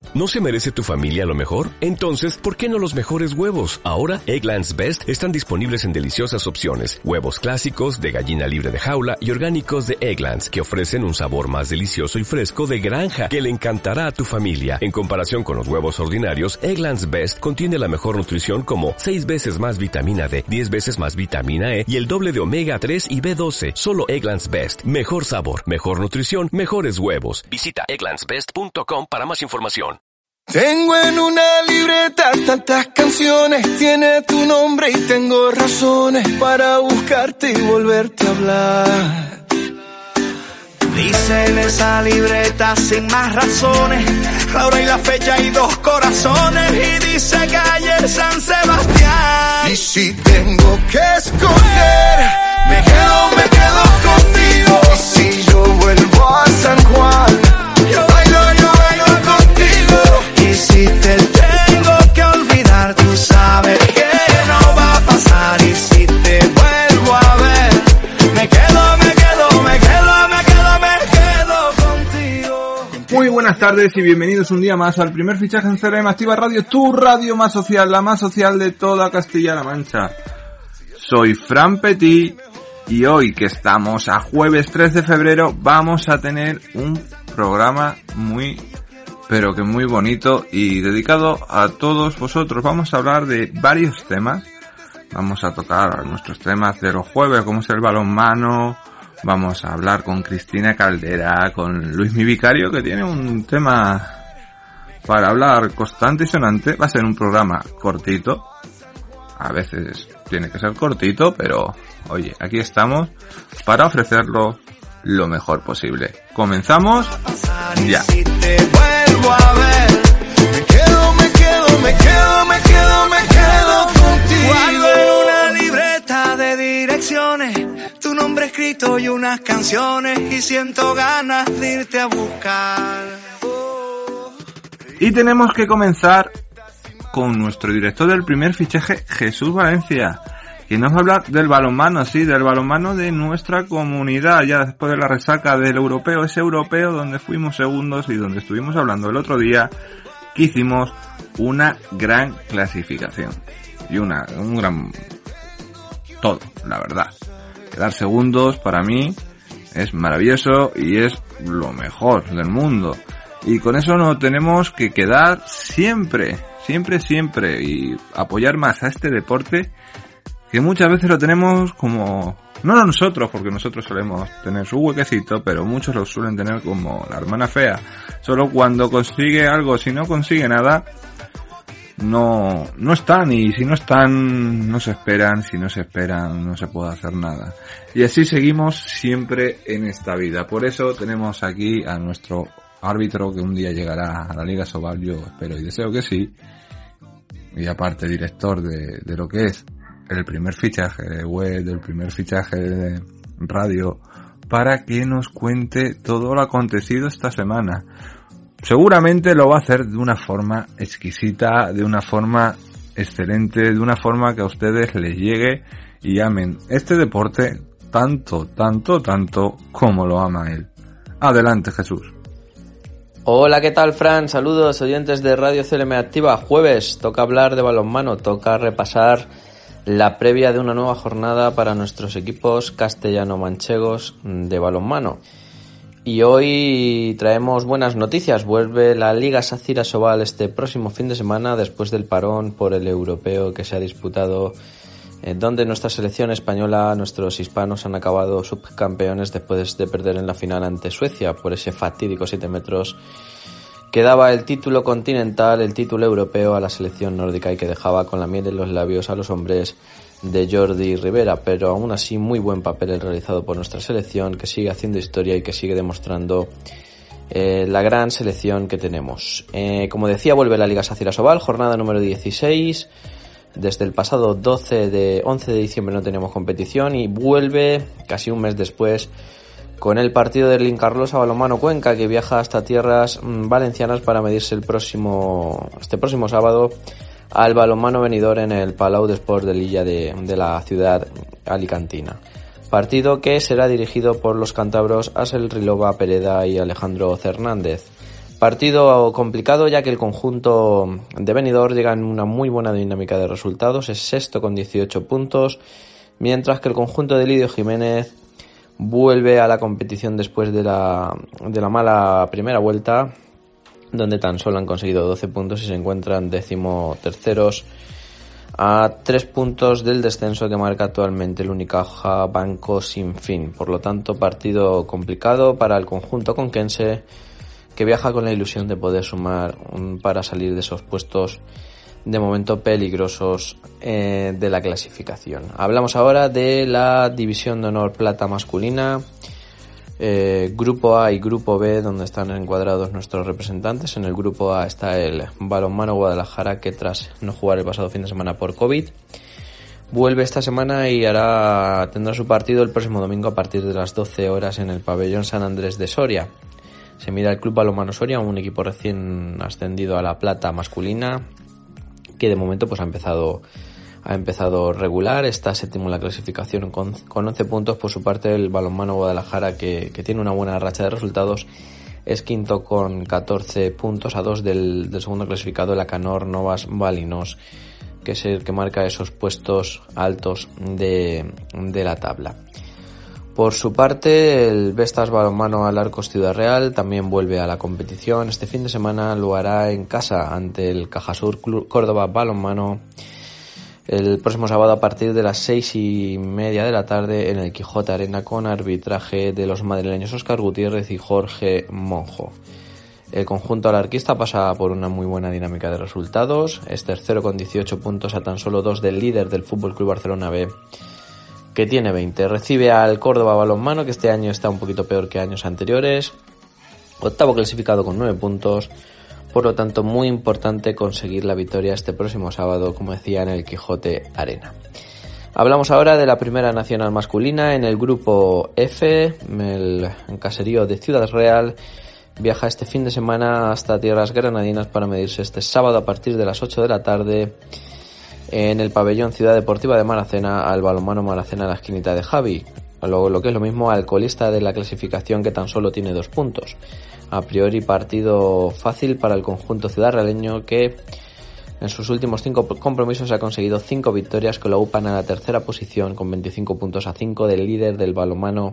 ¿No se merece tu familia lo mejor? Entonces, ¿por qué no los mejores huevos? Ahora, Eggland's Best están disponibles en deliciosas opciones. Huevos clásicos, de gallina libre de jaula y orgánicos de Eggland's, que ofrecen un sabor más delicioso y fresco de granja que le encantará a tu familia. En comparación con los huevos ordinarios, Eggland's Best contiene la mejor nutrición como 6 veces más vitamina D, 10 veces más vitamina E y el doble de omega 3 y B12. Solo Eggland's Best. Mejor sabor, mejor nutrición, mejores huevos. Visita egglandsbest.com para más información. Tengo en una libreta tantas canciones, tiene tu nombre y tengo razones para buscarte y volverte a hablar. Dice en esa libreta sin más razones, la hora y la fecha y 2 corazones, y dice calle San Sebastián. Y si tengo que escoger, me quedo contigo. Y si yo vuelvo a San Juan, yo bailo contigo. Y si te tengo que olvidar, tú sabes que no va a pasar. Y si te vuelvo a ver, me quedo contigo. Muy buenas tardes y bienvenidos un día más al primer fichaje en CRM Activa Radio, tu radio más social, la más social de toda Castilla-La Mancha. Soy Fran Petit y hoy, que estamos a jueves 3 de febrero, vamos a tener un programa muy bonito y dedicado a todos vosotros. Vamos a hablar de varios temas. Vamos a tocar nuestros temas de los jueves, como es el balonmano. Vamos a hablar con Cristina Caldera, con Luis Mi Vicario, que tiene un tema para hablar constante y sonante. Va a ser un programa cortito. A veces tiene que ser cortito, pero oye, aquí estamos para ofrecerlo lo mejor posible. Comenzamos ya. A ver, me quedo contigo. Guardo en una libreta de direcciones tu nombre escrito y unas canciones, y siento ganas de irte a buscar. Y tenemos que comenzar con nuestro director del primer fichaje, Jesús Valencia, que nos va a hablar del balonmano, sí, del balonmano de nuestra comunidad, ya después de la resaca del europeo, ese europeo donde fuimos segundos y donde estuvimos hablando el otro día, que hicimos una gran clasificación. Y un gran todo, la verdad. Quedar segundos para mí es maravilloso y es lo mejor del mundo. Y con eso nos tenemos que quedar siempre, y apoyar más a este deporte, que muchas veces lo tenemos como, no nosotros, porque nosotros solemos tener su huequecito, pero muchos lo suelen tener como la hermana fea. Solo cuando consigue algo, si no consigue nada, no están, y si no están, no se esperan, si no se esperan, no se puede hacer nada. Y así seguimos siempre en esta vida. Por eso tenemos aquí a nuestro árbitro, que un día llegará a la Liga Sobal, yo espero y deseo que sí, y aparte director de lo que es el primer fichaje de web, del primer fichaje de radio, para que nos cuente todo lo acontecido esta semana. Seguramente lo va a hacer de una forma exquisita, de una forma excelente, de una forma que a ustedes les llegue y amen este deporte tanto como lo ama él. Adelante, Jesús. Hola, ¿qué tal, Fran? Saludos, oyentes de Radio CLM Activa. Jueves, toca hablar de balonmano, toca repasar la previa de una nueva jornada para nuestros equipos castellano-manchegos de balonmano. Y hoy traemos buenas noticias. Vuelve la Liga Sacira Sobal este próximo fin de semana, después del parón por el europeo que se ha disputado, donde nuestra selección española, nuestros hispanos, han acabado subcampeones después de perder en la final ante Suecia por ese fatídico 7 metros que daba el título continental, el título europeo a la selección nórdica, y que dejaba con la miel en los labios a los hombres de Jordi Rivera. Pero aún así, muy buen papel el realizado por nuestra selección, que sigue haciendo historia y que sigue demostrando la gran selección que tenemos. Como decía, vuelve la Liga Sacira Sobal, jornada número 16. Desde el pasado 11 de diciembre no tenemos competición, y vuelve casi un mes después con el partido del Lincarlosa Balonmano Cuenca, que viaja hasta tierras valencianas para medirse este próximo sábado al balonmano venidor en el Palau d'Esports de Lilla de la ciudad alicantina. Partido que será dirigido por los cántabros Asel Rilova Pereda y Alejandro Cernández. Partido complicado ya que el conjunto de Benidorm llega en una muy buena dinámica de resultados, es sexto con 18 puntos, mientras que el conjunto de Lidio Jiménez vuelve a la competición después de la mala primera vuelta, donde tan solo han conseguido 12 puntos y se encuentran 13º a 3 puntos del descenso que marca actualmente el Unicaja Banco Sin Fin. Por lo tanto, partido complicado para el conjunto conquense, que viaja con la ilusión de poder sumar para salir de esos puestos de momento peligrosos de la clasificación. Hablamos ahora de la División de Honor Plata masculina, Grupo A y Grupo B, donde están encuadrados nuestros representantes. En el Grupo A está el Balonmano Guadalajara, que tras no jugar el pasado fin de semana por COVID, vuelve esta semana y tendrá su partido el próximo domingo a partir de las 12 horas en el Pabellón San Andrés de Soria. Se mira el Club Balonmano Soria, un equipo recién ascendido a la plata masculina, que de momento pues ha empezado regular, está séptimo en la clasificación con 11 puntos. Por su parte, el Balonmano Guadalajara, que tiene una buena racha de resultados, es quinto con 14 puntos, a 2 del segundo clasificado, el Acanor Novas Balinos, que es el que marca esos puestos altos de la tabla. Por su parte, el Vestas Balonmano Alarcos Ciudad Real también vuelve a la competición. Este fin de semana lo hará en casa ante el Cajasur Córdoba Balonmano el próximo sábado a partir de las 6:30 de la tarde en el Quijote Arena, con arbitraje de los madrileños Óscar Gutiérrez y Jorge Monjo. El conjunto alarquista pasa por una muy buena dinámica de resultados, es tercero con 18 puntos, a tan solo 2 del líder del FC Barcelona B, que tiene 20. Recibe al Córdoba Balonmano, que este año está un poquito peor que años anteriores, octavo clasificado con 9 puntos. Por lo tanto, muy importante conseguir la victoria este próximo sábado, como decía, en el Quijote Arena. Hablamos ahora de la Primera Nacional masculina. En el grupo F, el caserío de Ciudad Real viaja este fin de semana hasta tierras granadinas para medirse este sábado a partir de las 8 de la tarde en el pabellón Ciudad Deportiva de Maracena al Balonmano Maracena, la esquinita de Javi. Lo que es lo mismo al colista de la clasificación, que tan solo tiene 2 puntos. A priori, partido fácil para el conjunto ciudadrealeño, que en sus últimos 5 compromisos ha conseguido 5 victorias, que lo upan a la tercera posición con 25 puntos a 5 del líder del balonmano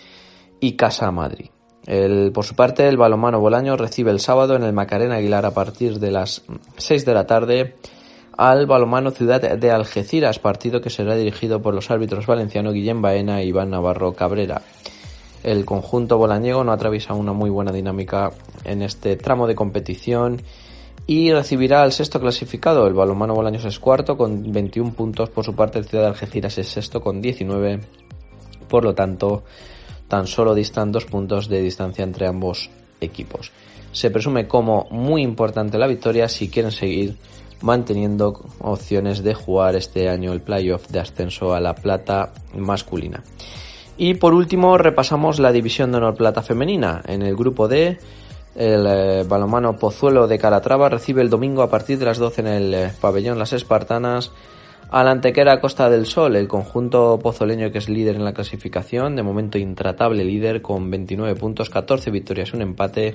y Casa Madrid. Por su parte, el Balonmano Bolaños recibe el sábado en el Macarena Aguilar a partir de las 6 de la tarde al Balonmano Ciudad de Algeciras, partido que será dirigido por los árbitros valencianos Guillem Baena y Iván Navarro Cabrera. El conjunto bolañego no atraviesa una muy buena dinámica en este tramo de competición y recibirá al sexto clasificado. El Balonmano Bolaños es cuarto con 21 puntos, por su parte el Ciudad de Algeciras es sexto con 19, por lo tanto tan solo distan 2 puntos de distancia entre ambos equipos. Se presume como muy importante la victoria si quieren seguir manteniendo opciones de jugar este año el playoff de ascenso a la plata masculina. Y por último repasamos la División de Honor Plata femenina. En el grupo D, el Balonmano Pozuelo de Calatrava recibe el domingo a partir de las 12 en el pabellón Las Espartanas a la Antequera Costa del Sol. El conjunto pozoleño, que es líder en la clasificación, de momento intratable líder con 29 puntos, 14 victorias y un empate,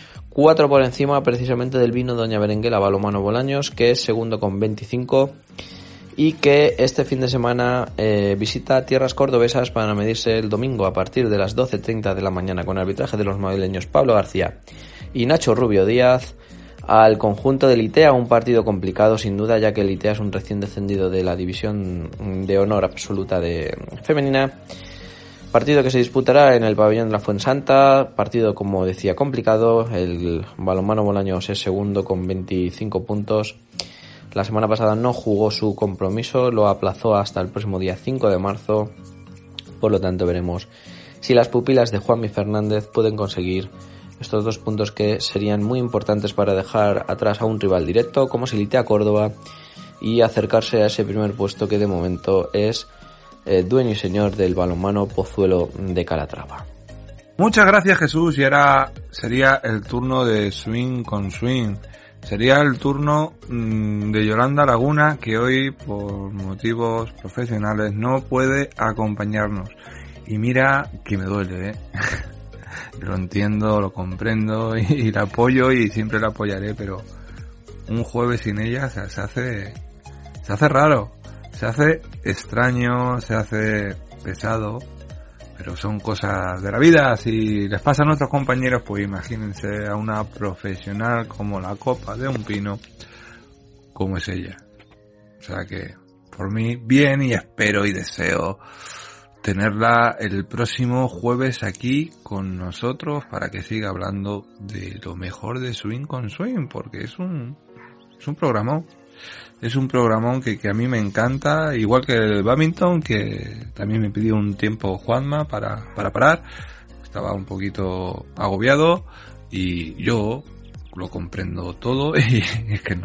4 por encima precisamente del Vino Doña Berenguela Balonmano Bolaños, que es segundo con 25 y que este fin de semana visita tierras cordobesas para medirse el domingo a partir de las 12:30 de la mañana, con arbitraje de los madrileños Pablo García y Nacho Rubio Díaz, al conjunto del ITEA. Un partido complicado sin duda, ya que el ITEA es un recién descendido de la División de Honor Absoluta de femenina. Partido que se disputará en el pabellón de la Fuensanta, partido, como decía, complicado. El Balonmano Bolaños es segundo con 25 puntos. La semana pasada no jugó su compromiso, lo aplazó hasta el próximo día 5 de marzo. Por lo tanto, veremos si las pupilas de Juanmi Fernández pueden conseguir estos 2 puntos, que serían muy importantes para dejar atrás a un rival directo como es el ITEA Córdoba y acercarse a ese primer puesto, que de momento es dueño y señor del Balonmano Pozuelo de Calatrava. Muchas gracias, Jesús, y ahora sería el turno de Swing con Swing. Sería el turno de Yolanda Laguna, que hoy por motivos profesionales no puede acompañarnos. Y mira que me duele, lo entiendo, lo comprendo y la apoyo y siempre la apoyaré, pero un jueves sin ella se hace raro, se hace extraño, se hace pesado, pero son cosas de la vida. Si les pasa a nuestros compañeros, pues imagínense a una profesional como la copa de un pino, como es ella. O sea que, por mí, bien, y espero y deseo tenerla el próximo jueves aquí con nosotros para que siga hablando de lo mejor de Swing con Swing, porque es un programón. Es un programón que a mí me encanta, igual que el badminton, que también me pidió un tiempo Juanma para parar. Estaba un poquito agobiado y yo lo comprendo todo y es que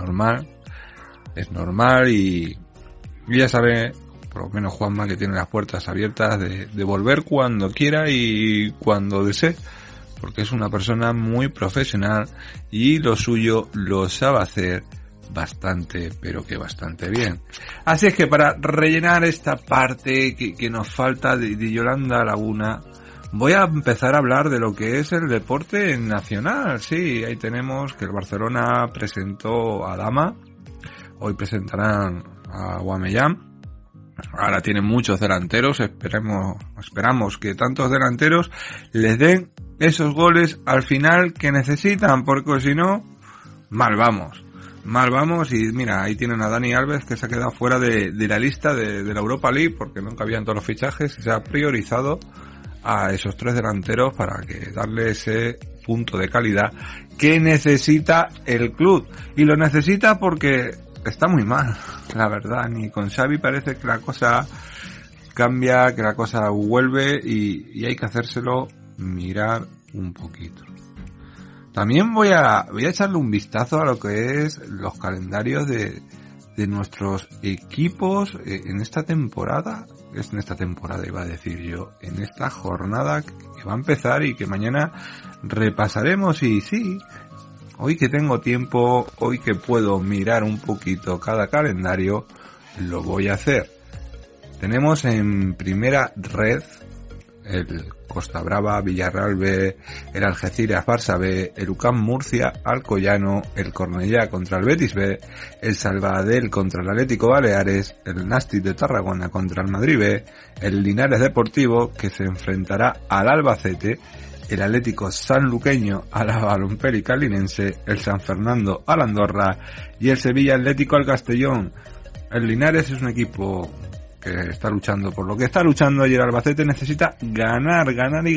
es normal y ya sabe, por lo menos Juanma, que tiene las puertas abiertas de volver cuando quiera y cuando desee, porque es una persona muy profesional y lo suyo lo sabe hacer bastante, pero que bastante bien. Así es que para rellenar esta parte que nos falta de Yolanda Laguna, voy a empezar a hablar de lo que es el deporte nacional. Sí, ahí tenemos que el Barcelona presentó a Dama, hoy presentarán a Guamellán. Ahora tienen muchos delanteros, esperamos que tantos delanteros les den esos goles al final que necesitan, porque si no, mal vamos y mira, ahí tienen a Dani Alves, que se ha quedado fuera de la lista de la Europa League porque no cabían todos los fichajes y se ha priorizado a esos 3 delanteros para que darle ese punto de calidad que necesita el club, y lo necesita porque está muy mal, la verdad. Ni con Xavi parece que la cosa cambia, que la cosa vuelve y hay que hacérselo mirar un poquito. También voy a echarle un vistazo a lo que es los calendarios de nuestros equipos en esta temporada. En esta temporada iba a decir yo, en esta jornada que va a empezar y que mañana repasaremos. Y sí, hoy que tengo tiempo, hoy que puedo mirar un poquito cada calendario, lo voy a hacer. Tenemos en primera red el Costa Brava, Villarreal B, el Algeciras Barça B, el UCAM Murcia, Alcoyano, el Cornellá contra el Betis B, el Sabadell contra el Atlético Baleares, el Nàstic de Tarragona contra el Madrid B, el Linares Deportivo, que se enfrentará al Albacete, el Atlético Sanluqueño a la Balompélica Linense, el San Fernando al Andorra y el Sevilla Atlético al Castellón. El Linares es un equipo que está luchando por lo que está luchando, y el Albacete necesita ganar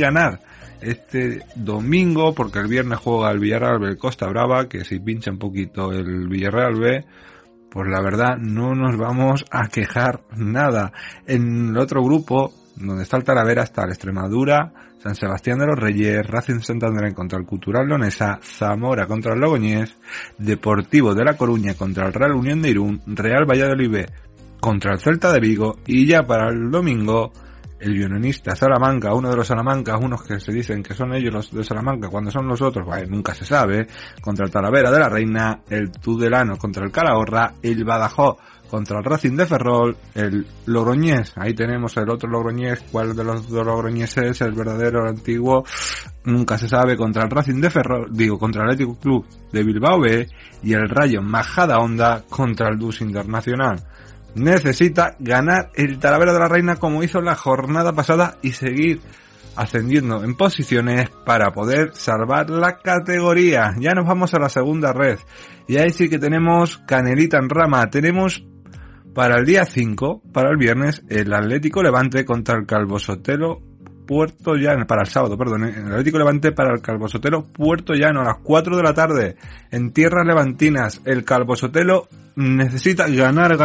este domingo, porque el viernes juega el Villarreal B Costa Brava, que si pincha un poquito el Villarreal B, pues la verdad no nos vamos a quejar nada. En el otro grupo, donde está el Talavera, está el Extremadura, San Sebastián de los Reyes, Racing Santander contra el Cultural Leonesa, Zamora contra el Logroñés, Deportivo de La Coruña contra el Real Unión de Irún, Real Valladolid B contra el Celta de Vigo, y ya para el domingo el Unionista Salamanca, uno de los Salamancas, unos que se dicen que son ellos los de Salamanca cuando son los otros, bueno, nunca se sabe, contra el Talavera de la Reina, el Tudelano contra el Calahorra, el Badajoz contra el Racing de Ferrol, el Logroñés, ahí tenemos el otro Logroñés, cuál de los dos Logroñeses es el verdadero, el antiguo, nunca se sabe, contra el Racing de Ferrol, contra el Atlético Club de Bilbao B, y el Rayo Majadahonda contra el Dus Internacional. Necesita ganar el Talavera de la Reina como hizo la jornada pasada y seguir ascendiendo en posiciones para poder salvar la categoría. Ya nos vamos a la segunda red y ahí sí que tenemos canelita en rama. Tenemos para el día 5, para el viernes, el Atlético Levante contra el Calvo Sotelo Puerto Llano, para el sábado, perdón, el Atlético Levante para el Calvo Sotelo Puerto Llano a las 4 de la tarde en tierras levantinas. El Calvo Sotelo necesita ganar.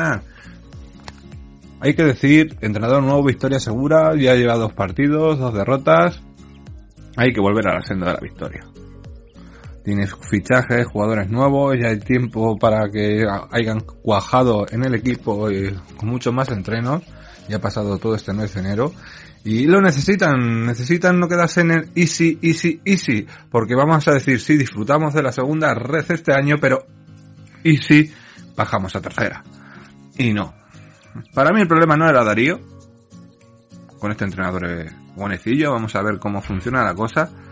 Hay que decir, entrenador nuevo, victoria segura, ya lleva 2 partidos, 2 derrotas. Hay que volver a la senda de la victoria. Tiene fichajes, jugadores nuevos, ya hay tiempo para que hayan cuajado en el equipo con muchos más entrenos. Ya ha pasado todo este mes de enero. Y lo necesitan no quedarse en el easy, porque vamos a decir, sí, disfrutamos de la segunda red este año, pero easy, bajamos a tercera. Y no. Para mí el problema no era Darío, con este entrenador buenecillo, vamos a ver cómo funciona la cosa.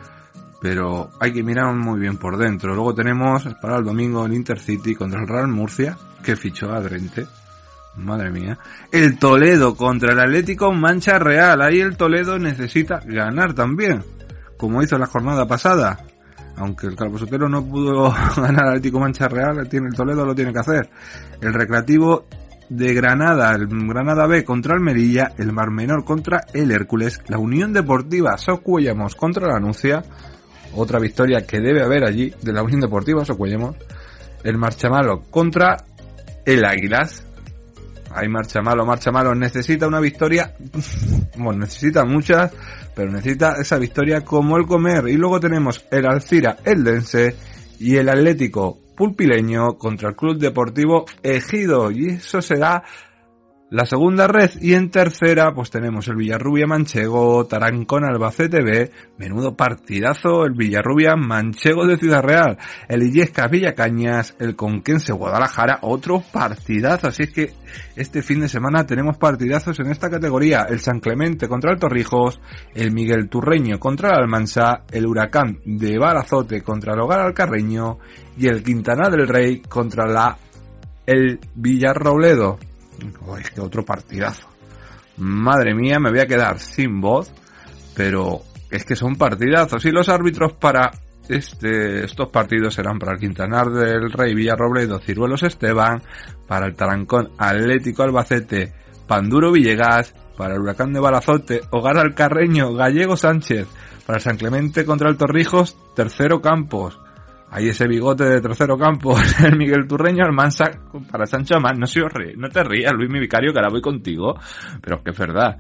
pero hay que mirar muy bien por dentro. Luego tenemos para el domingo el Intercity contra el Real Murcia, que fichó a Drente. Madre mía. El Toledo contra el Atlético Mancha Real. Ahí el Toledo necesita ganar también, como hizo la jornada pasada. Aunque el Calvo Sotelo no pudo ganar al Atlético Mancha Real, el Toledo lo tiene que hacer. El Recreativo de Granada, el Granada B contra el Melilla, el Mar Menor contra el Hércules, la Unión Deportiva Socuellamos contra la Nucia, otra victoria que debe haber allí de la Unión Deportiva Socuellamos, el Marchamalo contra el Águilas. Ahí Marchamalo necesita una victoria, bueno, necesita muchas, pero necesita esa victoria como el comer. Y luego tenemos el Alcira Eldense y el Atlético Pulpileño contra el Club Deportivo Ejido, y eso será la segunda red. Y en tercera pues tenemos el Villarrubia Manchego, Tarancón Albacete B, menudo partidazo el Villarrubia Manchego de Ciudad Real, el Illescas Villacañas, el Conquense Guadalajara, otro partidazo. Así es que este fin de semana tenemos partidazos en esta categoría: el San Clemente contra el Torrijos, el Miguel Turreño contra el Almansa, el Huracán de Barazote contra el Hogar Alcarreño y el Quintana del Rey contra el Villarrobledo. Es que otro partidazo. Madre mía, me voy a quedar sin voz, pero es que son partidazos. Y los árbitros para estos partidos serán para el Quintanar del Rey Villarrobledo, Ciruelos Esteban, para el Tarancón Atlético Albacete, Panduro Villegas, para el Huracán de Balazote, Hogar Alcarreño, Gallego Sánchez, para el San Clemente contra el Torrijos, Tercero Campos. Ahí ese bigote de Tercero Campos, el Miguel Turreño, Almansa para Sancho Amat. No te rías, Luis, mi vicario, que ahora voy contigo, pero es que es verdad.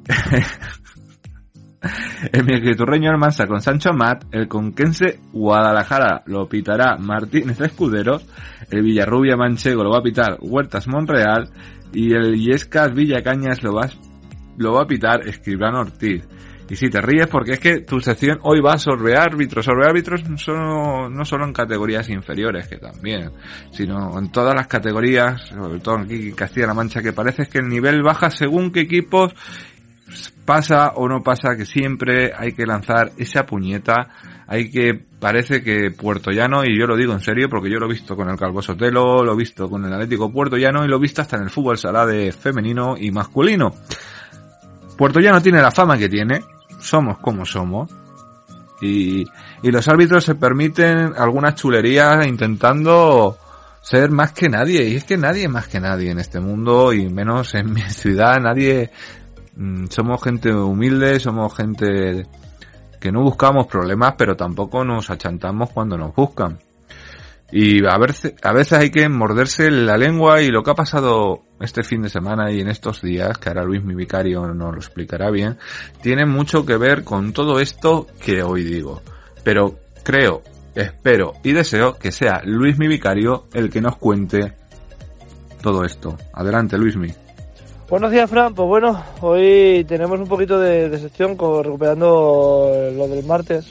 El Miguel Turreño, Almansa con Sancho Amat, el Conquense Guadalajara lo pitará Martínez Escuderos, el Villarrubia Manchego lo va a pitar Huertas Monreal y el Illescas Villacañas lo va a pitar Escribano Ortiz. Y si te ríes porque es que tu sección hoy va sobre árbitros no solo en categorías inferiores, que también, sino en todas las categorías, sobre todo aquí en Castilla-La Mancha, que parece que el nivel baja según qué equipos pasa o no pasa, que siempre hay que lanzar esa puñeta, parece que Puertollano, y yo lo digo en serio porque yo lo he visto con el Calvo Sotelo, lo he visto con el Atlético Puertollano y lo he visto hasta en el fútbol sala de femenino y masculino. Puertollano tiene la fama que tiene, somos como somos, y los árbitros se permiten algunas chulerías intentando ser más que nadie, y es que nadie es más que nadie en este mundo, y menos en mi ciudad. Somos gente humilde, somos gente que no buscamos problemas, pero tampoco nos achantamos cuando nos buscan. Y a veces hay que morderse la lengua, y lo que ha pasado este fin de semana y en estos días, que ahora Luis, mi vicario, nos lo explicará bien, tiene mucho que ver con todo esto que hoy digo. Pero creo, espero y deseo que sea Luis, mi vicario, el que nos cuente todo esto. Adelante, Luismi. Buenos días, Fran. Pues bueno, hoy tenemos un poquito de sección recuperando lo del martes.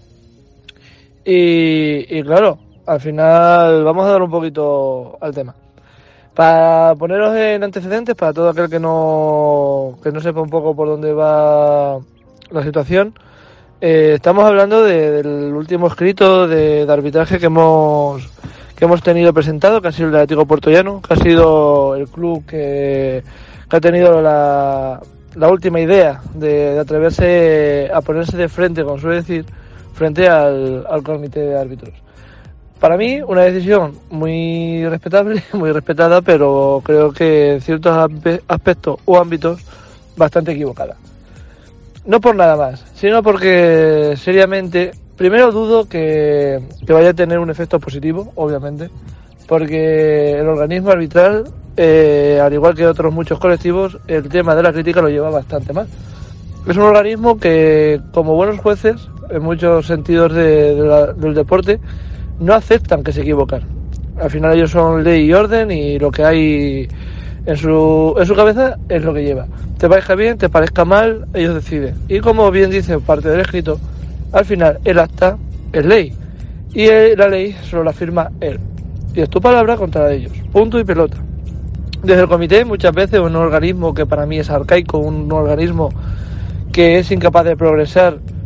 Y claro, al final vamos a dar un poquito al tema. Para poneros en antecedentes, para todo aquel que no sepa un poco por dónde va la situación, estamos hablando del último escrito de arbitraje que hemos tenido presentado, que ha sido el Atlético Puertollano, que ha sido el club que ha tenido la última idea de atreverse a ponerse de frente, como suele decir, frente al comité de árbitros. Para mí, una decisión muy respetable, muy respetada, pero creo que en ciertos aspectos o ámbitos bastante equivocada. No por nada más, sino porque seriamente, primero dudo que vaya a tener un efecto positivo, obviamente, porque el organismo arbitral, al igual que otros muchos colectivos, el tema de la crítica lo lleva bastante mal. Es un organismo que, como buenos jueces, en muchos sentidos del deporte, no aceptan que se equivocan. Al final ellos son ley y orden, y lo que hay en su cabeza es lo que lleva. Te parezca bien, te parezca mal, ellos deciden. Y como bien dice parte del escrito, al final el acta es ley, y la ley solo la firma él, y es tu palabra contra ellos, punto y pelota. Desde el comité, muchas veces, un organismo que para mí es arcaico, un organismo que es incapaz de progresar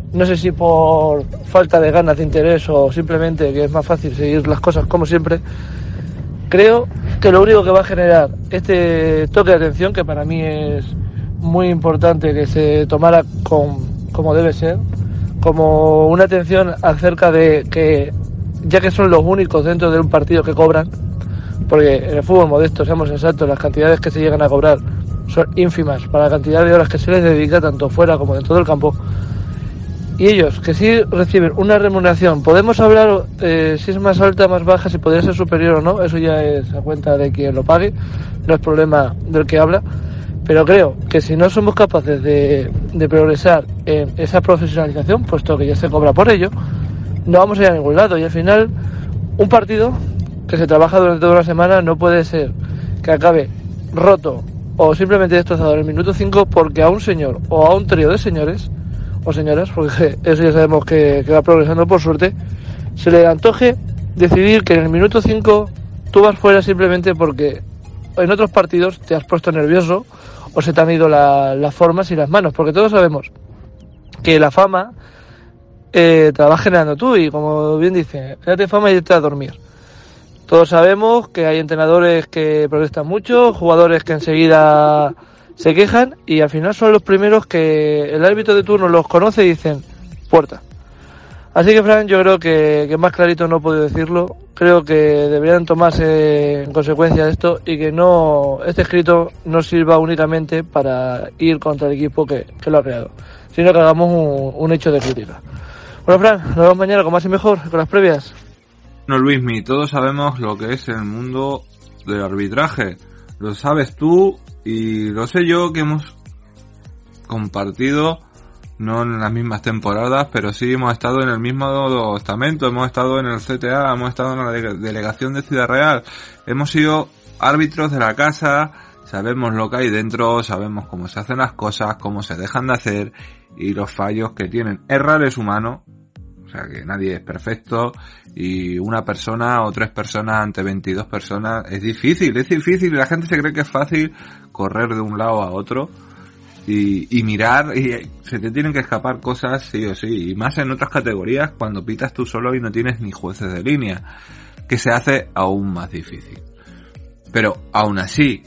no sé si por falta de ganas, de interés o simplemente que es más fácil seguir las cosas como siempre, creo que lo único que va a generar este toque de atención, que para mí es muy importante que se tomara como debe ser, como una atención acerca de que, ya que son los únicos dentro de un partido que cobran, porque en el fútbol modesto, seamos exactos, las cantidades que se llegan a cobrar son ínfimas para la cantidad de horas que se les dedica tanto fuera como dentro del campo, y ellos que sí reciben una remuneración, podemos hablar si es más alta, más baja, si podría ser superior o no, eso ya es a cuenta de quien lo pague, no es problema del que habla, pero creo que si no somos capaces de progresar en esa profesionalización, puesto que ya se cobra por ello, no vamos a ir a ningún lado, y al final un partido que se trabaja durante toda una semana no puede ser que acabe roto o simplemente destrozado en el minuto 5 porque a un señor o a un trío de señores o señoras, porque eso ya sabemos que va progresando por suerte, se le antoje decidir que en el minuto 5 tú vas fuera simplemente porque en otros partidos te has puesto nervioso o se te han ido las formas y las manos, porque todos sabemos que la fama te la vas generando tú, y como bien dice, date fama y vete a dormir. Todos sabemos que hay entrenadores que protestan mucho, jugadores que enseguida se quejan, y al final son los primeros que el árbitro de turno los conoce y dicen puerta. Así que, Fran, yo creo que más clarito no puedo decirlo. Creo que deberían tomarse en consecuencia de esto y que no este escrito no sirva únicamente para ir contra el equipo que lo ha creado, sino que hagamos un hecho de crítica. Bueno, Fran, nos vemos mañana con más y mejor, con las previas. No, Luismi, todos sabemos lo que es el mundo del arbitraje. Lo sabes tú y lo sé yo, que hemos compartido, no en las mismas temporadas, pero sí hemos estado en el mismo estamento, hemos estado en el CTA, hemos estado en la delegación de Ciudad Real, hemos sido árbitros de la casa, sabemos lo que hay dentro, sabemos cómo se hacen las cosas, cómo se dejan de hacer y los fallos que tienen. Errar es humano, o sea que nadie es perfecto, y una persona o 3 personas ante 22 personas es difícil, y la gente se cree que es fácil correr de un lado a otro y mirar, y se te tienen que escapar cosas sí o sí, y más en otras categorías cuando pitas tú solo y no tienes ni jueces de línea, que se hace aún más difícil. Pero aún así,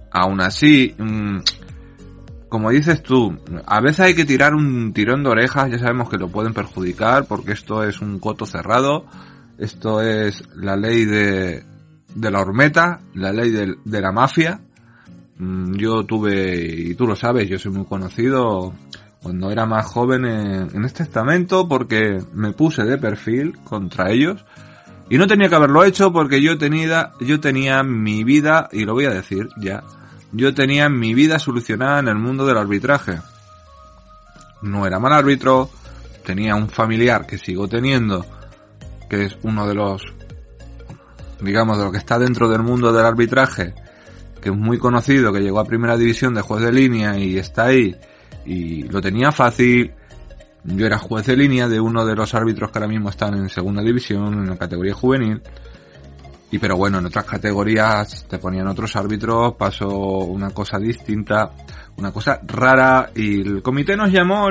como dices tú, a veces hay que tirar un tirón de orejas, ya sabemos que lo pueden perjudicar porque esto es un coto cerrado, esto es la ley de la hormeta, la ley de la mafia. Yo tuve, y tú lo sabes, yo soy muy conocido cuando era más joven en este estamento porque me puse de perfil contra ellos y no tenía que haberlo hecho porque yo tenía mi vida, y lo voy a decir ya, yo tenía mi vida solucionada en el mundo del arbitraje. No era mal árbitro, tenía un familiar que sigo teniendo, que es uno de los, digamos, de lo que está dentro del mundo del arbitraje, que es muy conocido, que llegó a primera división de juez de línea y está ahí, y lo tenía fácil. Yo era juez de línea de uno de los árbitros que ahora mismo están en segunda división, en la categoría juvenil, pero bueno, en otras categorías te ponían otros árbitros, pasó una cosa distinta, una cosa rara, y el comité nos llamó,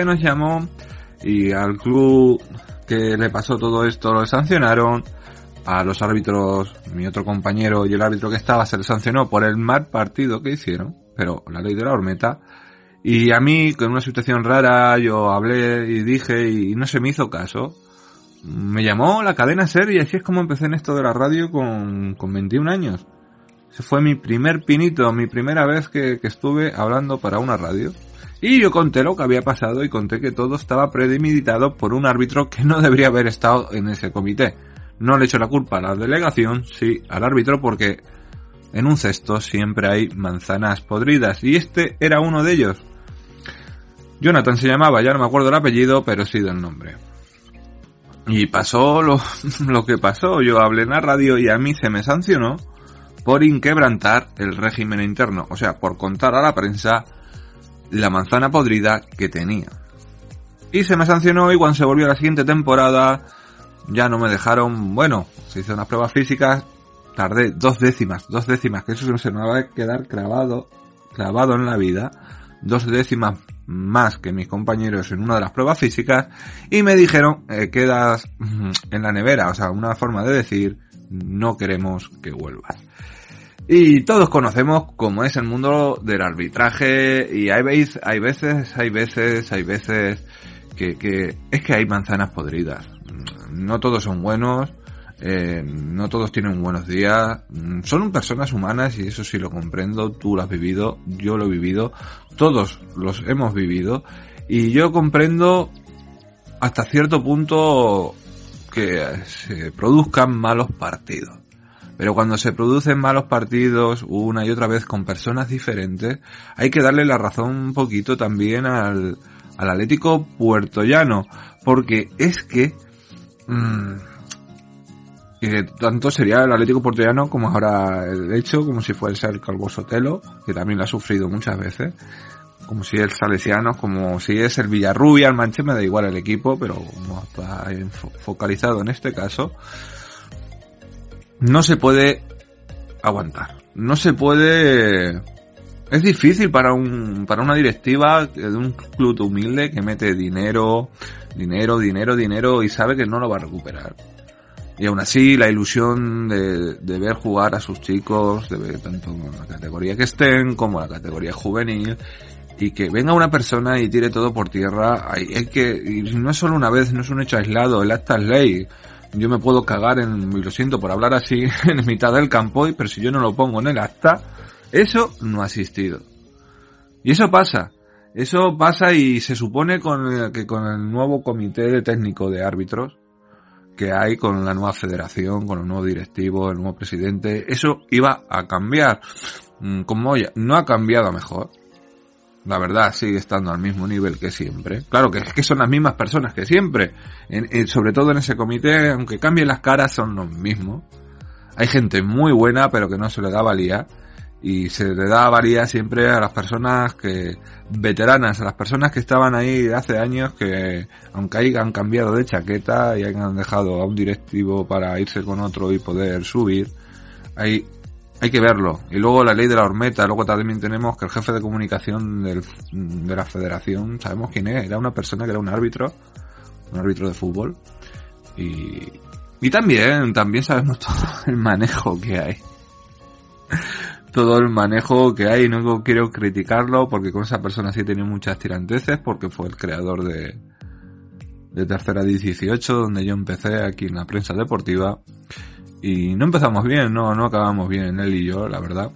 y al club que le pasó todo esto lo sancionaron. A los árbitros, mi otro compañero y el árbitro que estaba, se les sancionó por el mal partido que hicieron, pero la ley de la hormeta. Y a mí, con una situación rara, yo hablé y dije y no se me hizo caso. Me llamó la cadena SER y así es como empecé en esto de la radio con 21 años. Ese fue mi primer pinito, mi primera vez que estuve hablando para una radio. Y yo conté lo que había pasado y conté que todo estaba premeditado por un árbitro que no debería haber estado en ese comité. No le echo la culpa a la delegación, sí al árbitro, porque en un cesto siempre hay manzanas podridas, y este era uno de ellos. Jonathan se llamaba, ya no me acuerdo el apellido, pero sí del nombre. Y pasó lo que pasó. Yo hablé en la radio y a mí se me sancionó por inquebrantar el régimen interno, o sea, por contar a la prensa la manzana podrida que tenía. Y se me sancionó, y cuando se volvió a la siguiente temporada ya no me dejaron. Bueno, se hizo unas pruebas físicas, tardé 2 décimas, que eso se me va a quedar clavado en la vida. 2 décimas más que mis compañeros en una de las pruebas físicas y me dijeron, quedas en la nevera, o sea, una forma de decir, no queremos que vuelvas. Y todos conocemos cómo es el mundo del arbitraje y hay veces que es que hay manzanas podridas. No todos son buenos, no todos tienen buenos días, son personas humanas y eso sí lo comprendo, tú lo has vivido, yo lo he vivido, todos los hemos vivido y yo comprendo hasta cierto punto que se produzcan malos partidos. Pero cuando se producen malos partidos una y otra vez con personas diferentes, hay que darle la razón un poquito también al Atlético puertollano, porque es que tanto sería el Atlético puertollano como ahora el hecho, como si fuese el Calvo Sotelo, que también lo ha sufrido muchas veces, como si es Salesianos, como si es el Villarrubia, el Manche, me da igual el equipo, pero como está focalizado en este caso, no se puede aguantar, no se puede. Es difícil para una directiva de un club humilde que mete dinero y sabe que no lo va a recuperar. Y aún así la ilusión de ver jugar a sus chicos, de ver tanto en la categoría que estén como en la categoría juvenil, y que venga una persona y tire todo por tierra, hay que, y no es solo una vez, no es un hecho aislado, el acta es ley. Yo me puedo cagar y lo siento por hablar así, en mitad del campo, pero si yo no lo pongo en el acta, eso no ha existido. Y eso pasa y se supone que con el nuevo comité técnico de árbitros que hay, con la nueva federación, con el nuevo directivo, el nuevo presidente, eso iba a cambiar. Como ya no ha cambiado a mejor. La verdad sigue estando al mismo nivel que siempre. Claro que es que son las mismas personas que siempre. Sobre todo en ese comité, aunque cambien las caras, son los mismos. Hay gente muy buena, pero que no se le da valía. Y se le da valía siempre a las personas veteranas, a las personas que estaban ahí hace años, que aunque hayan cambiado de chaqueta y hayan dejado a un directivo para irse con otro y poder subir, hay que verlo. Y luego la ley de la hormeta. Luego también tenemos que el jefe de comunicación de la federación, sabemos quién es, era una persona que era un árbitro de fútbol. Y también sabemos todo el manejo que hay. Todo el manejo que hay, no quiero criticarlo porque con esa persona sí he tenido muchas tiranteces, porque fue el creador de Tercera 18, donde yo empecé aquí en la prensa deportiva. Y no empezamos bien, no acabamos bien él y yo, la verdad.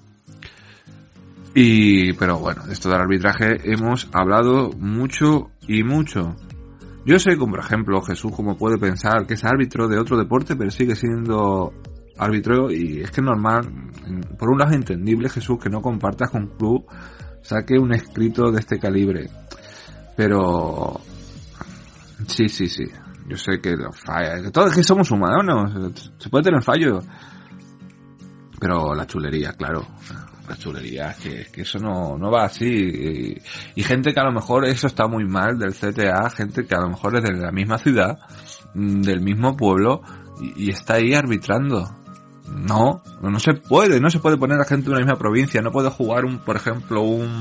Pero bueno, de esto del arbitraje hemos hablado mucho y mucho. Yo sé, como por ejemplo, Jesús, como puede pensar que es árbitro de otro deporte, pero sigue siendo árbitro, y es que es normal, por un lado es entendible, Jesús, que no compartas con un club, saque un escrito de este calibre. Pero sí. Yo sé que los falla, que todos que somos humanos, se puede tener fallo. Pero la chulería, claro. La chulería, que eso no va así. Y gente que a lo mejor eso está muy mal del CTA, gente que a lo mejor es de la misma ciudad, del mismo pueblo, y está ahí arbitrando. No se puede poner a gente de una misma provincia. No puede jugar por ejemplo,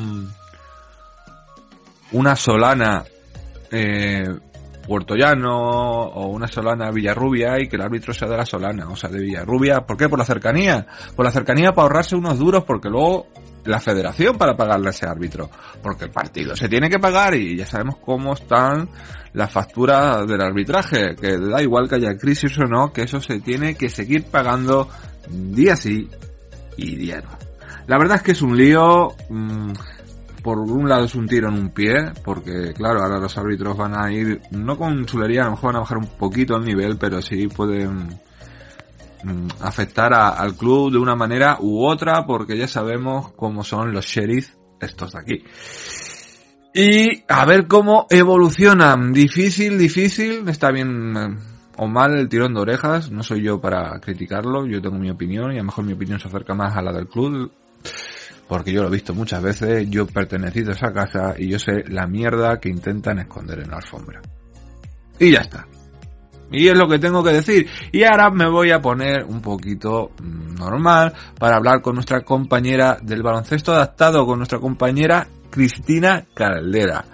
una Solana, Puertollano, o una Solana Villarrubia, y que el árbitro sea de la Solana, o sea, de Villarrubia. ¿Por qué? Por la cercanía. Por la cercanía, para ahorrarse unos duros, porque luego la federación para pagarle a ese árbitro. Porque el partido se tiene que pagar y ya sabemos cómo están las facturas del arbitraje, que da igual que haya crisis o no, que eso se tiene que seguir pagando día sí y día no. La verdad es que es un lío. Por un lado es un tiro en un pie, porque claro, ahora los árbitros van a ir, no con chulería, a lo mejor van a bajar un poquito el nivel, pero sí pueden afectar al club de una manera u otra, porque ya sabemos cómo son los sheriff estos de aquí. Y a ver cómo evolucionan. Difícil, está bien o mal el tirón de orejas, no soy yo para criticarlo, yo tengo mi opinión, y a lo mejor mi opinión se acerca más a la del club, porque yo lo he visto muchas veces, yo he pertenecido a esa casa y yo sé la mierda que intentan esconder en la alfombra. Y ya está. Y es lo que tengo que decir. Y ahora me voy a poner un poquito normal para hablar con nuestra compañera del baloncesto adaptado, con nuestra compañera Cristina Caldera.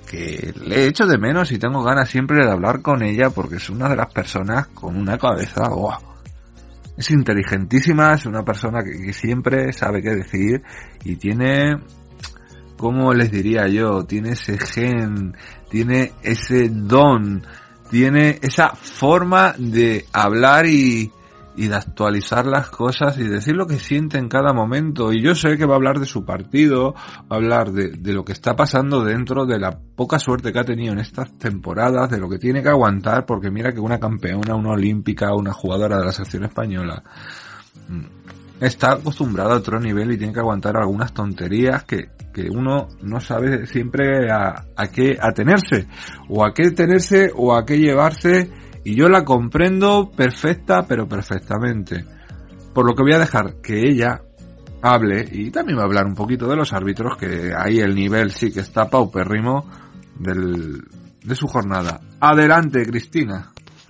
que le echo de menos y tengo ganas siempre de hablar con ella porque es una de las personas con una cabeza, ¡wow! Es inteligentísima, es una persona que siempre sabe qué decir y tiene, ¿cómo les diría yo? Tiene ese gen, tiene ese don, tiene esa forma de hablar y de actualizar las cosas y decir lo que siente en cada momento. Y yo sé que va a hablar de su partido, va a hablar de lo que está pasando dentro, de la poca suerte que ha tenido en estas temporadas, de lo que tiene que aguantar, porque mira que una campeona, una olímpica, una jugadora de la selección española está acostumbrada a otro nivel y tiene que aguantar algunas tonterías que uno no sabe siempre a qué atenerse, o a qué tenerse, o a qué llevarse. Y yo la comprendo pero perfectamente. Por lo que voy a dejar que ella hable, y también va a hablar un poquito de los árbitros, que ahí el nivel sí que está paupérrimo de su jornada. Adelante, Cristina.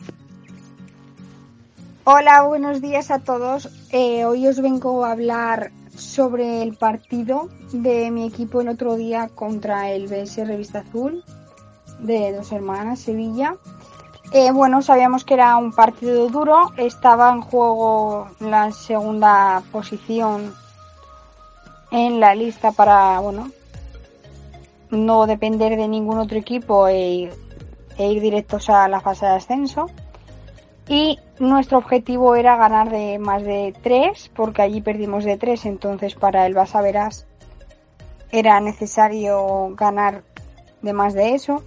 Hola, buenos días a todos. Hoy os vengo a hablar sobre el partido de mi equipo el otro día contra el BS Revista Azul de Dos Hermanas, Sevilla. Bueno, sabíamos que era un partido duro, estaba en juego la segunda posición en la lista para, bueno, no depender de ningún otro equipo e ir directos a la fase de ascenso. Y nuestro objetivo era ganar de más de 3, porque allí perdimos de 3, entonces para el Barça Verás era necesario ganar de más de eso.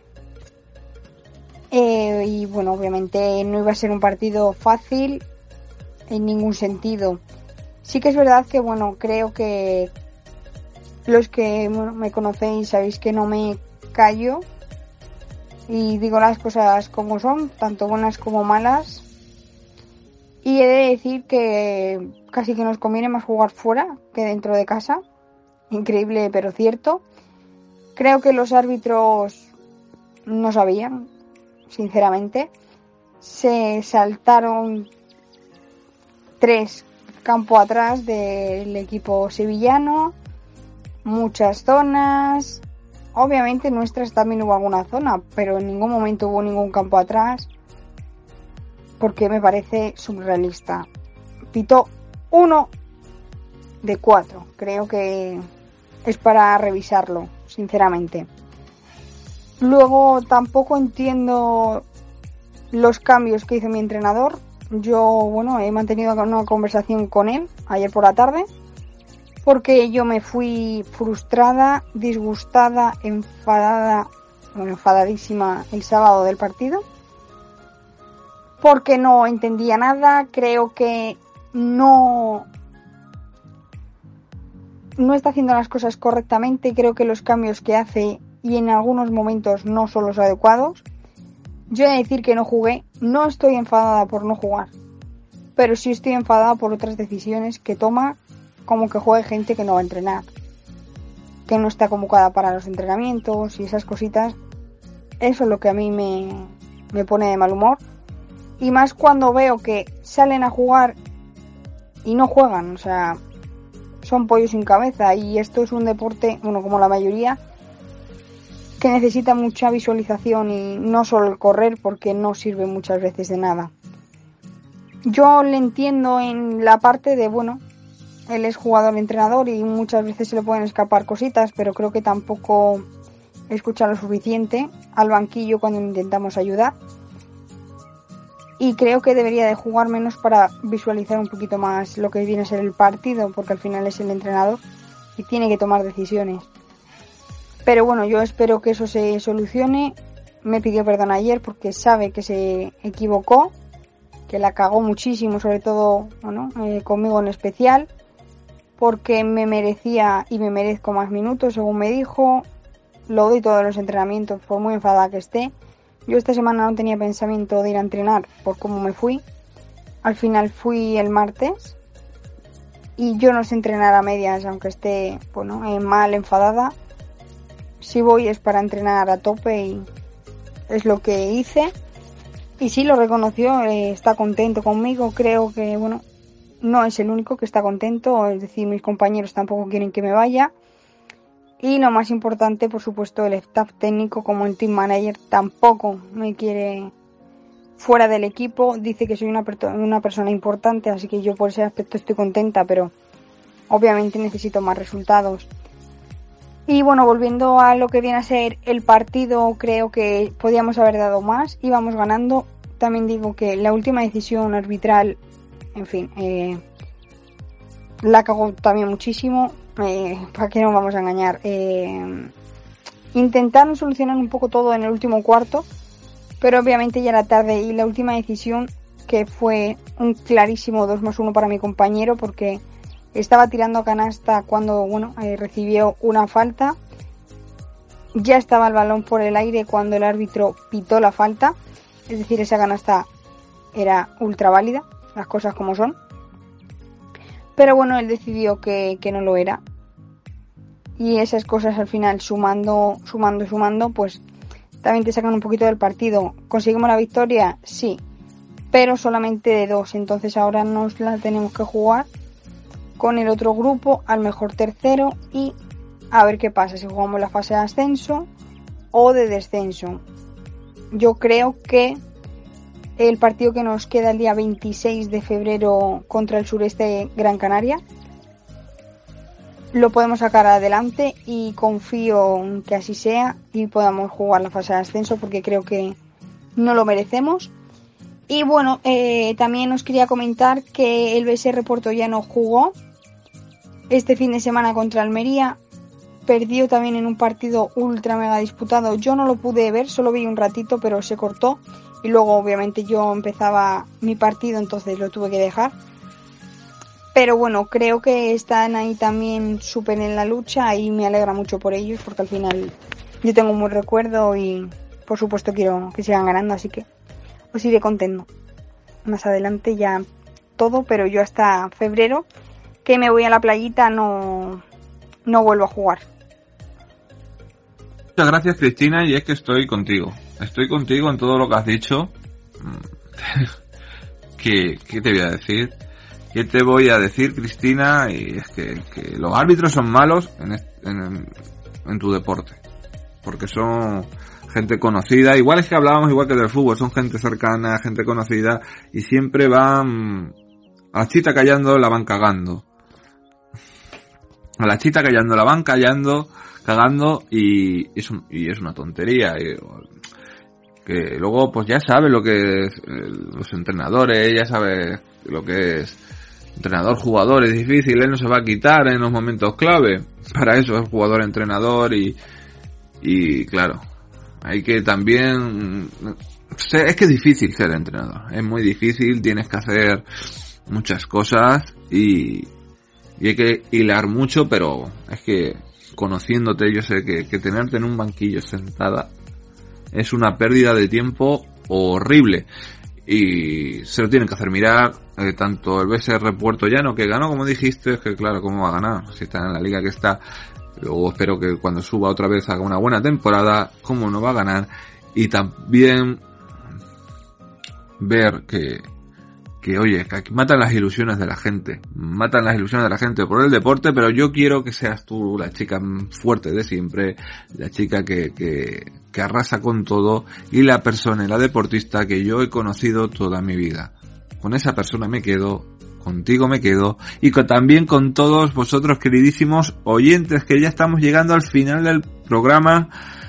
Y bueno, obviamente no iba a ser un partido fácil en ningún sentido. Sí que es verdad que, bueno, creo que los que me conocéis sabéis que no me callo y digo las cosas como son, tanto buenas como malas. Y he de decir que casi que nos conviene más jugar fuera que dentro de casa. Increíble, pero cierto. Creo que los árbitros no sabían. Sinceramente, se saltaron 3 campo atrás del equipo sevillano, muchas zonas, obviamente nuestras también hubo alguna zona, pero en ningún momento hubo ningún campo atrás, porque me parece surrealista. Pitó 1 de 4, creo que es para revisarlo, sinceramente. Luego tampoco entiendo los cambios que hizo mi entrenador. Yo, bueno, he mantenido una conversación con él ayer por la tarde, porque yo me fui frustrada, disgustada, enfadadísima el sábado del partido, porque no entendía nada. Creo que no está haciendo las cosas correctamente. Creo que los cambios que hace y en algunos momentos no son los adecuados. Yo he de decir que no jugué, no estoy enfadada por no jugar, pero sí estoy enfadada por otras decisiones que toma, como que juegue gente que no va a entrenar, que no está convocada para los entrenamientos y esas cositas. Eso es lo que a mí me pone de mal humor, y más cuando veo que salen a jugar y no juegan, o sea, son pollos sin cabeza, y esto es un deporte, bueno, como la mayoría, que necesita mucha visualización y no solo el correr, porque no sirve muchas veces de nada. Yo le entiendo en la parte de, bueno, él es jugador entrenador y muchas veces se le pueden escapar cositas, pero creo que tampoco escucha lo suficiente al banquillo cuando intentamos ayudar, y creo que debería de jugar menos para visualizar un poquito más lo que viene a ser el partido, porque al final es el entrenador y tiene que tomar decisiones. Pero bueno, yo espero que eso se solucione. Me pidió perdón ayer porque sabe que se equivocó, que la cagó muchísimo, sobre todo, bueno, conmigo en especial, porque me merecía y me merezco más minutos, según me dijo. Lo doy todos los entrenamientos, por muy enfadada que esté. Yo esta semana no tenía pensamiento de ir a entrenar por cómo me fui. Al final fui el martes y yo no sé entrenar a medias, aunque esté, bueno, mal, enfadada. Si voy es para entrenar a tope y es lo que hice. Y sí, lo reconoció, está contento conmigo. Creo que, bueno, no es el único que está contento, es decir, mis compañeros tampoco quieren que me vaya. Y lo más importante, por supuesto, el staff técnico como el team manager tampoco me quiere fuera del equipo. Dice que soy una persona importante, así que yo por ese aspecto estoy contenta, pero obviamente necesito más resultados. Y bueno, volviendo a lo que viene a ser el partido, creo que podíamos haber dado más, íbamos ganando. También digo que la última decisión arbitral, en fin, la cagó también muchísimo. ¿Para qué nos vamos a engañar? Intentaron solucionar un poco todo en el último cuarto, pero obviamente ya era tarde, y la última decisión, que fue un clarísimo 2+1 para mi compañero, porque estaba tirando a canasta cuando recibió una falta. Ya estaba el balón por el aire cuando el árbitro pitó la falta, es decir, esa canasta era ultra válida, las cosas como son. Pero bueno, él decidió que no lo era. Y esas cosas al final, sumando, pues también te sacan un poquito del partido. ¿Conseguimos la victoria? Sí, pero solamente de 2. Entonces ahora nos la tenemos que jugar con el otro grupo, al mejor tercero, y a ver qué pasa, si jugamos la fase de ascenso o de descenso. Yo creo que el partido que nos queda el día 26 de febrero contra el Sureste Gran Canaria lo podemos sacar adelante, y confío en que así sea y podamos jugar la fase de ascenso, porque creo que no lo merecemos. Y bueno, también os quería comentar que el BSR Puertollano jugó este fin de semana contra Almería. Perdió también en un partido ultra mega disputado. Yo no lo pude ver, solo vi un ratito, pero se cortó. Y luego obviamente yo empezaba mi partido, entonces lo tuve que dejar. Pero bueno, creo que están ahí también súper en la lucha, y me alegra mucho por ellos, porque al final yo tengo un buen recuerdo y por supuesto quiero que sigan ganando, así que os iré contando más adelante ya todo, pero yo hasta febrero, que me voy a la playita, no vuelvo a jugar. Muchas gracias, Cristina, y es que estoy contigo en todo lo que has dicho. ¿Qué te voy a decir? ¿Qué te voy a decir, Cristina? Y es que los árbitros son malos en tu deporte, porque son gente conocida, igual es que hablábamos igual que del fútbol, son gente cercana, gente conocida, y siempre van a la chita callando, la van cagando. A la chita callando, la van cagando, y es una tontería. Que luego pues ya sabes lo que es los entrenadores, ya sabes lo que es entrenador, jugador, es difícil, él no se va a quitar en los momentos clave. Para eso es jugador-entrenador, y claro, hay que también, es que es difícil ser entrenador, es muy difícil, tienes que hacer muchas cosas y hay que hilar mucho, pero es que conociéndote yo sé que tenerte en un banquillo sentada es una pérdida de tiempo horrible, y se lo tienen que hacer mirar, tanto el BSR Puertollano, que ganó como dijiste, es que claro, ¿cómo va a ganar? Si está en la liga que está, luego espero que cuando suba otra vez haga una buena temporada, ¿cómo no va a ganar? Y también ver que oye, que aquí matan las ilusiones de la gente por el deporte, pero yo quiero que seas tú la chica fuerte de siempre, la chica que arrasa con todo, y la persona, la deportista que yo he conocido toda mi vida. Con esa persona me quedo, contigo me quedo, y también con todos vosotros, queridísimos oyentes, que ya estamos llegando al final del programa.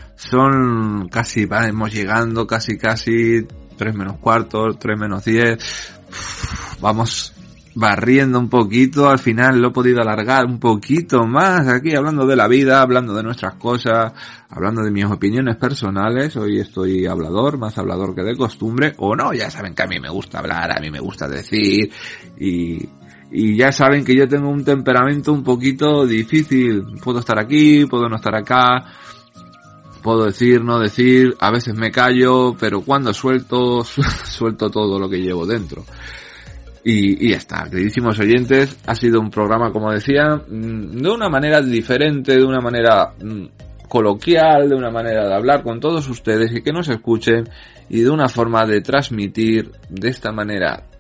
Vamos llegando casi 3 menos cuarto, 3 menos 10. Vamos barriendo un poquito, al final lo he podido alargar un poquito más aquí, hablando de la vida, hablando de nuestras cosas, hablando de mis opiniones personales. Hoy estoy más hablador que de costumbre, o no, ya saben que a mí me gusta hablar, a mí me gusta decir, y ya saben que yo tengo un temperamento un poquito difícil, puedo estar aquí, puedo no estar acá, puedo decir, no decir, a veces me callo, pero cuando suelto todo lo que llevo dentro. Y ya está, queridísimos oyentes, ha sido un programa, como decía, de una manera diferente, de una manera coloquial, de una manera de hablar con todos ustedes y que nos escuchen, y de una forma de transmitir de esta manera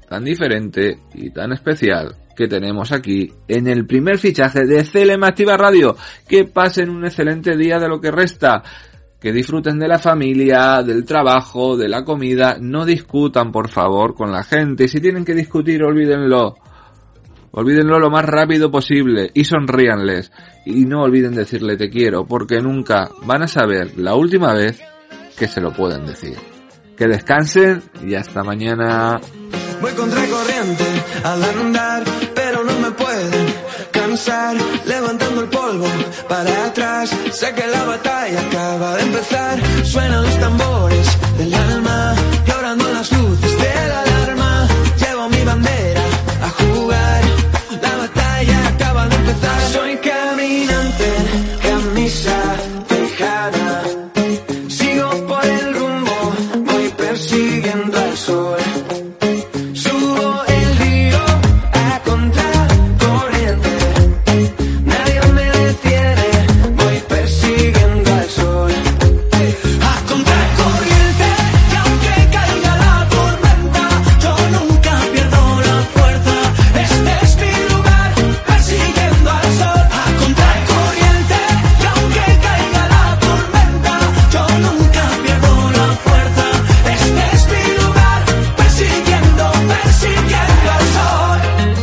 tan diferente y tan especial que tenemos aquí en el primer fichaje de CLM Activa Radio. Que pasen un excelente día de lo que resta, que disfruten de la familia, del trabajo, de la comida. No discutan, por favor, con la gente, y si tienen que discutir, olvídenlo lo más rápido posible y sonríanles, y no olviden decirle te quiero, porque nunca van a saber la última vez que se lo pueden decir. Que descansen y hasta mañana. Voy contracorriente al andar, pero no me pueden cansar, levantando el polvo para atrás. Sé que la batalla acaba de empezar, suenan los tambores del alma, llorando las luces de la alarma. Llevo mi bandera a jugar, la batalla acaba de empezar. Soy caminante, camisa tejana, sigo por el rumbo, voy persiguiendo al sol. Subo el río a contracorriente, nadie me detiene, voy persiguiendo al sol. A contracorriente, y aunque caiga la tormenta, yo nunca pierdo la fuerza. Este es mi lugar, persiguiendo al sol. A contracorriente, y aunque caiga la tormenta, yo nunca pierdo la fuerza. Este es mi lugar, persiguiendo al sol.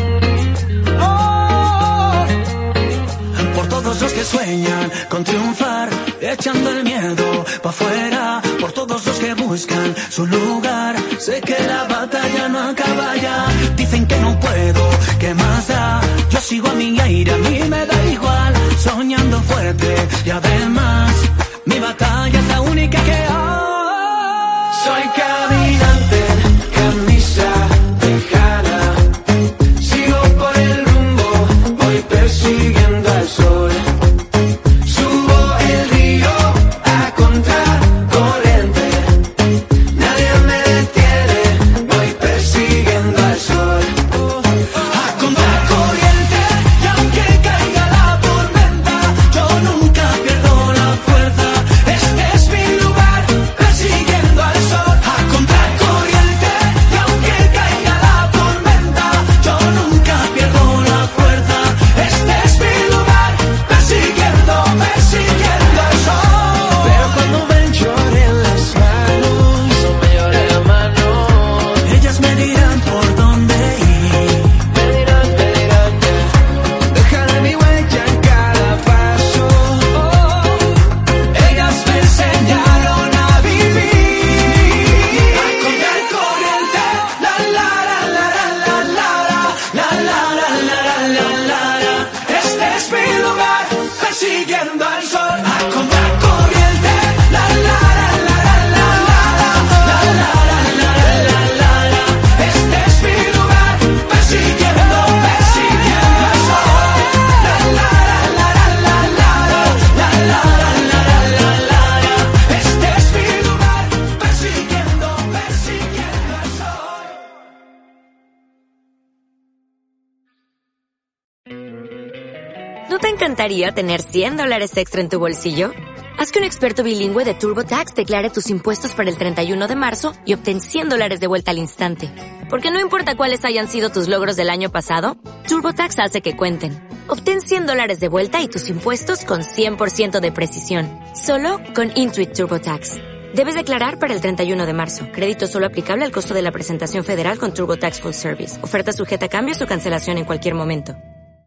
Oh, por todos los que sueñan con triunfar, echando el miedo pa' afuera, por todos los que buscan su lugar. Sé que la batalla no acaba ya, dicen que no puedo, ¿qué más da? Yo sigo a mi aire, a mí me da igual, soñando fuerte y además mi batalla es la única que hay. Soy caminante, camisa tejana, sigo por el rumbo, voy persiguiendo al sol. Subo el río a contracorriente, nadie me detiene, voy persiguiendo al sol. A contracorriente, y aunque caiga la tormenta, yo nunca pierdo la fuerza. Este es mi lugar, persiguiendo al sol. A contracorriente, y aunque caiga la tormenta, yo nunca pierdo la fuerza. Este es mi lugar, persiguiendo al sol. Pero cuando me lloren las manos, no me lloren las manos, ellas me dirán por dónde ir. Me dirán. Dejaré mi huella en cada paso. Ellas me enseñaron a vivir. A contracorriente, la la la la la la. Este es mi lugar, persiguiendo al sol. A contracorriente, la la la la la. Este es mi lugar, persiguiendo al sol. La la la. Este es mi lugar, persiguiendo al sol. ¿No te encantaría tener $100 extra en tu bolsillo? Haz que un experto bilingüe de TurboTax declare tus impuestos para el 31 de marzo y obtén $100 de vuelta al instante. Porque no importa cuáles hayan sido tus logros del año pasado, TurboTax hace que cuenten. Obtén $100 de vuelta y tus impuestos con 100% de precisión. Solo con Intuit TurboTax. Debes declarar para el 31 de marzo. Crédito solo aplicable al costo de la presentación federal con TurboTax Full Service. Oferta sujeta a cambios o cancelación en cualquier momento.